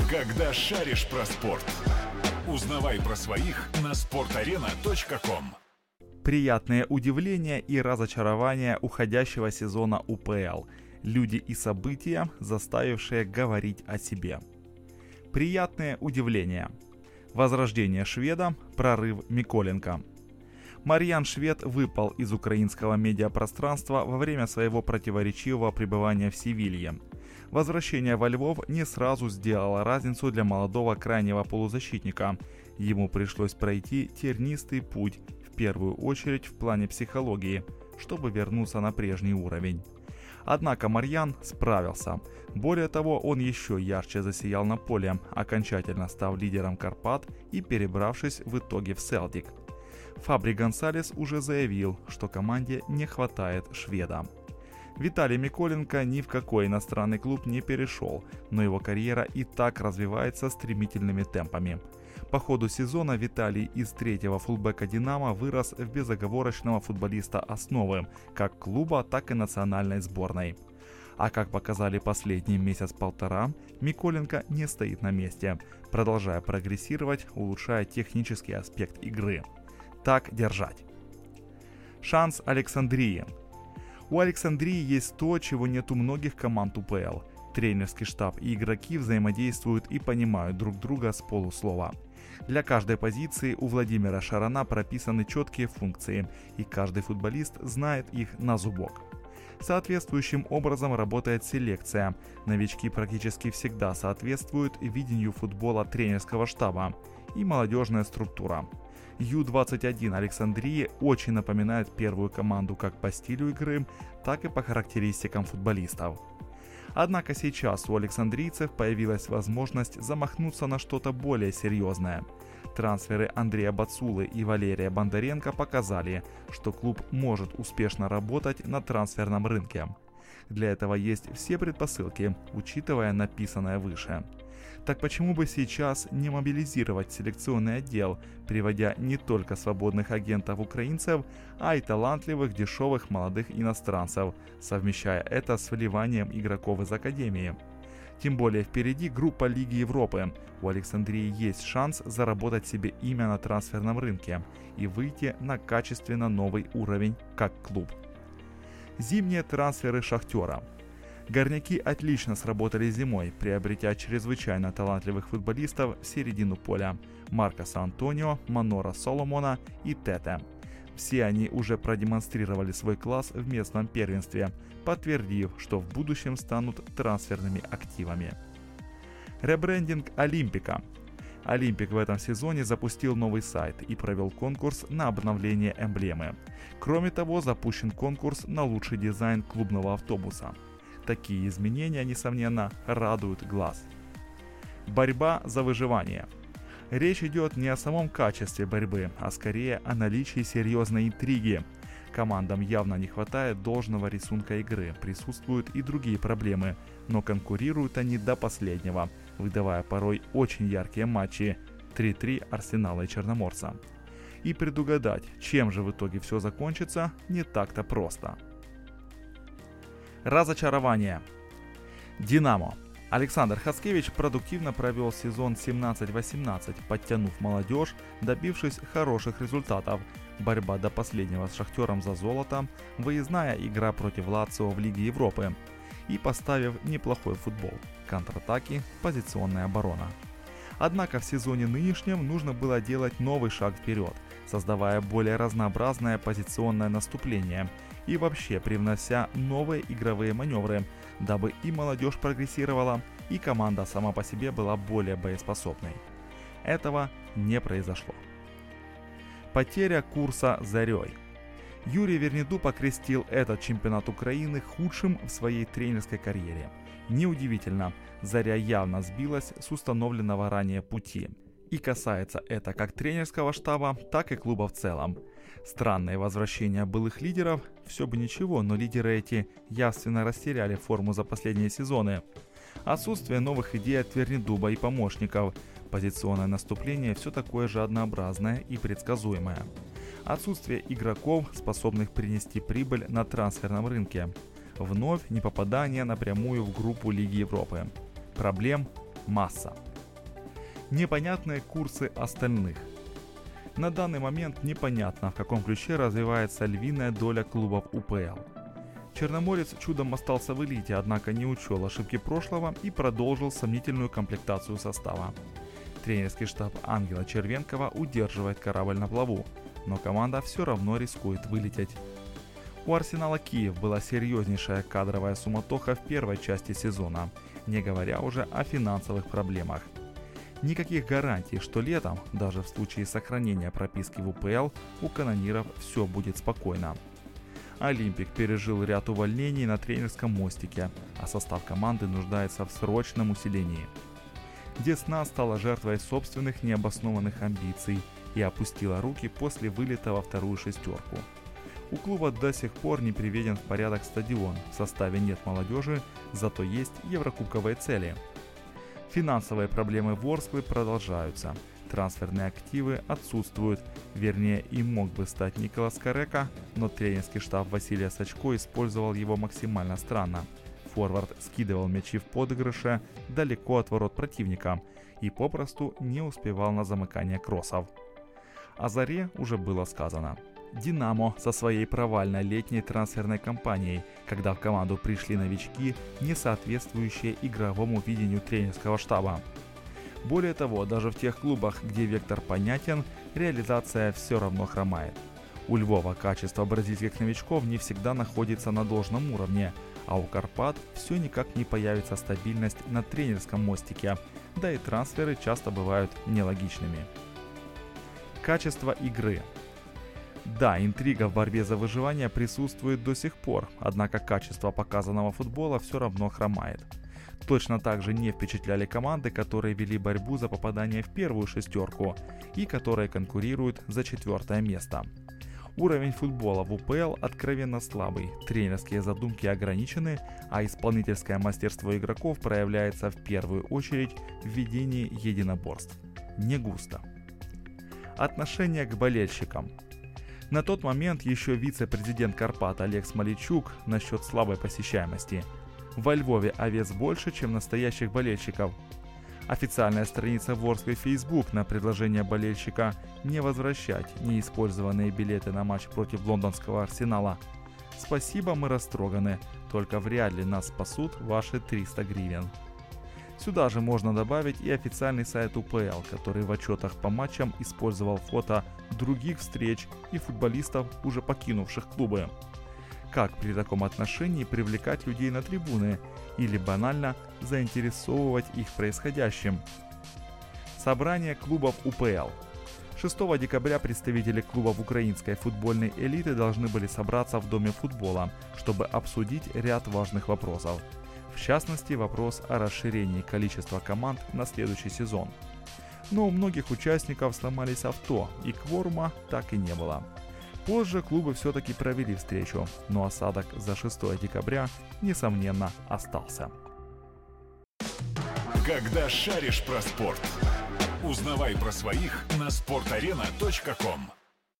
Когда шаришь про спорт. Узнавай про своих на sportarena.com. Приятные удивления и разочарования уходящего сезона УПЛ. Люди и события, заставившие говорить о себе. Приятные удивления. Возрождение шведа, прорыв Миколенко. Марьян Швед выпал из украинского медиапространства во время своего противоречивого пребывания в Севилье. Возвращение во Львов не сразу сделало разницу для молодого крайнего полузащитника. Ему пришлось пройти тернистый путь, в первую очередь в плане психологии, чтобы вернуться на прежний уровень. Однако Марьян справился. Более того, он еще ярче засиял на поле, окончательно став лидером Карпат и перебравшись в итоге в Селтик. Фабри Гонсалес уже заявил, что команде не хватает шведа. Виталий Миколенко ни в какой иностранный клуб не перешел, но его карьера и так развивается стремительными темпами. По ходу сезона Виталий из третьего фулбека «Динамо» вырос в безоговорочного футболиста основы, как клуба, так и национальной сборной. А как показали последний месяц-полтора, Миколенко не стоит на месте, продолжая прогрессировать, улучшая технический аспект игры. Так держать. Шанс Александрии. У Александрии есть то, чего нет у многих команд УПЛ. Тренерский штаб и игроки взаимодействуют и понимают друг друга с полуслова. Для каждой позиции у Владимира Шарана прописаны четкие функции, и каждый футболист знает их на зубок. Соответствующим образом работает селекция. Новички практически всегда соответствуют видению футбола тренерского штаба и молодежная структура. Ю-21 Александрии очень напоминает первую команду как по стилю игры, так и по характеристикам футболистов. Однако сейчас у александрийцев появилась возможность замахнуться на что-то более серьезное. Трансферы Андрея Бацулы и Валерия Бондаренко показали, что клуб может успешно работать на трансферном рынке. Для этого есть все предпосылки, учитывая написанное выше. Так почему бы сейчас не мобилизировать селекционный отдел, приводя не только свободных агентов-украинцев, а и талантливых, дешевых молодых иностранцев, совмещая это с вливанием игроков из академии? Тем более впереди группа Лиги Европы. У Александрии есть шанс заработать себе имя на трансферном рынке и выйти на качественно новый уровень как клуб. Зимние трансферы Шахтера. Горняки отлично сработали зимой, приобретя чрезвычайно талантливых футболистов в середину поля – Маркоса Антонио, Манора Соломона и Тете. Все они уже продемонстрировали свой класс в местном первенстве, подтвердив, что в будущем станут трансферными активами. Ребрендинг Олимпика. Олимпик в этом сезоне запустил новый сайт и провел конкурс на обновление эмблемы. Кроме того, запущен конкурс на лучший дизайн клубного автобуса. Такие изменения, несомненно, радуют глаз. Борьба за выживание. Речь идет не о самом качестве борьбы, а скорее о наличии серьезной интриги. Командам явно не хватает должного рисунка игры, присутствуют и другие проблемы, но конкурируют они до последнего, выдавая порой очень яркие матчи 3-3 Арсенала и Черноморца. И предугадать, чем же в итоге все закончится, не так-то просто. Разочарование. Динамо. Александр Хацкевич продуктивно провел сезон 17-18, подтянув молодежь, добившись хороших результатов. Борьба до последнего с Шахтером за золото, выездная игра против Лацио в Лиге Европы и поставив неплохой футбол, контратаки, позиционная оборона. Однако в сезоне нынешнем нужно было делать новый шаг вперед, создавая более разнообразное позиционное наступление и вообще привнося новые игровые маневры, дабы и молодежь прогрессировала, и команда сама по себе была более боеспособной. Этого не произошло. Потеря курса «Зарей». Юрий Вернидуб окрестил этот чемпионат Украины худшим в своей тренерской карьере. Неудивительно, «Заря» явно сбилась с установленного ранее пути. И касается это как тренерского штаба, так и клуба в целом. Странное возвращение былых лидеров, все бы ничего, но лидеры эти явственно растеряли форму за последние сезоны. Отсутствие новых идей от Вернидуба и помощников. Позиционное наступление все такое же однообразное и предсказуемое. Отсутствие игроков, способных принести прибыль на трансферном рынке. Вновь непопадание напрямую в группу Лиги Европы. Проблем масса. Непонятные курсы остальных. На данный момент непонятно, в каком ключе развивается львиная доля клубов УПЛ. Черноморец чудом остался в элите, однако не учел ошибки прошлого и продолжил сомнительную комплектацию состава. Тренерский штаб Ангела Червенкова удерживает корабль на плаву, но команда все равно рискует вылететь. У Арсенала Киев была серьезнейшая кадровая суматоха в первой части сезона, не говоря уже о финансовых проблемах. Никаких гарантий, что летом, даже в случае сохранения прописки в УПЛ, у канониров все будет спокойно. Олимпик пережил ряд увольнений на тренерском мостике, а состав команды нуждается в срочном усилении. Десна стала жертвой собственных необоснованных амбиций и опустила руки после вылета во вторую шестерку. У клуба до сих пор не приведен в порядок стадион, в составе нет молодежи, зато есть еврокубковые цели. Финансовые проблемы Ворсклы продолжаются. Трансферные активы отсутствуют, вернее им мог бы стать Николас Карека, но тренерский штаб Василия Сачко использовал его максимально странно. Форвард скидывал мячи в подыгрыше далеко от ворот противника и попросту не успевал на замыкание кроссов. О Заре уже было сказано. Динамо со своей провальной летней трансферной кампанией, когда в команду пришли новички, не соответствующие игровому видению тренерского штаба. Более того, даже в тех клубах, где вектор понятен, реализация все равно хромает. У Львова качество бразильских новичков не всегда находится на должном уровне, а у Карпат все никак не появится стабильность на тренерском мостике, да и трансферы часто бывают нелогичными. Качество игры. Да, интрига в борьбе за выживание присутствует до сих пор, однако качество показанного футбола все равно хромает. Точно так же не впечатляли команды, которые вели борьбу за попадание в первую шестерку и которые конкурируют за 4 место. Уровень футбола в УПЛ откровенно слабый, тренерские задумки ограничены, а исполнительское мастерство игроков проявляется в первую очередь в ведении единоборств. Не густо. Отношение к болельщикам. На тот момент еще вице-президент Карпат Олег Смолейчук насчет слабой посещаемости. Во Львове овец больше, чем настоящих болельщиков. Официальная страница Ворсклы Facebook на предложение болельщика не возвращать неиспользованные билеты на матч против лондонского Арсенала. Спасибо, мы растроганы, только вряд ли нас спасут ваши 300 гривен. Сюда же можно добавить и официальный сайт УПЛ, который в отчетах по матчам использовал фото других встреч и футболистов, уже покинувших клубы. Как при таком отношении привлекать людей на трибуны или банально заинтересовывать их происходящим? Собрание клубов УПЛ. 6 декабря представители клубов украинской футбольной элиты должны были собраться в Доме футбола, чтобы обсудить ряд важных вопросов. В частности, вопрос о расширении количества команд на следующий сезон. Но у многих участников сломались авто, и кворума так и не было. Позже клубы все-таки провели встречу, но осадок за 6 декабря, несомненно, остался. Когда шаришь про спорт, узнавай про своих на sportarena.com.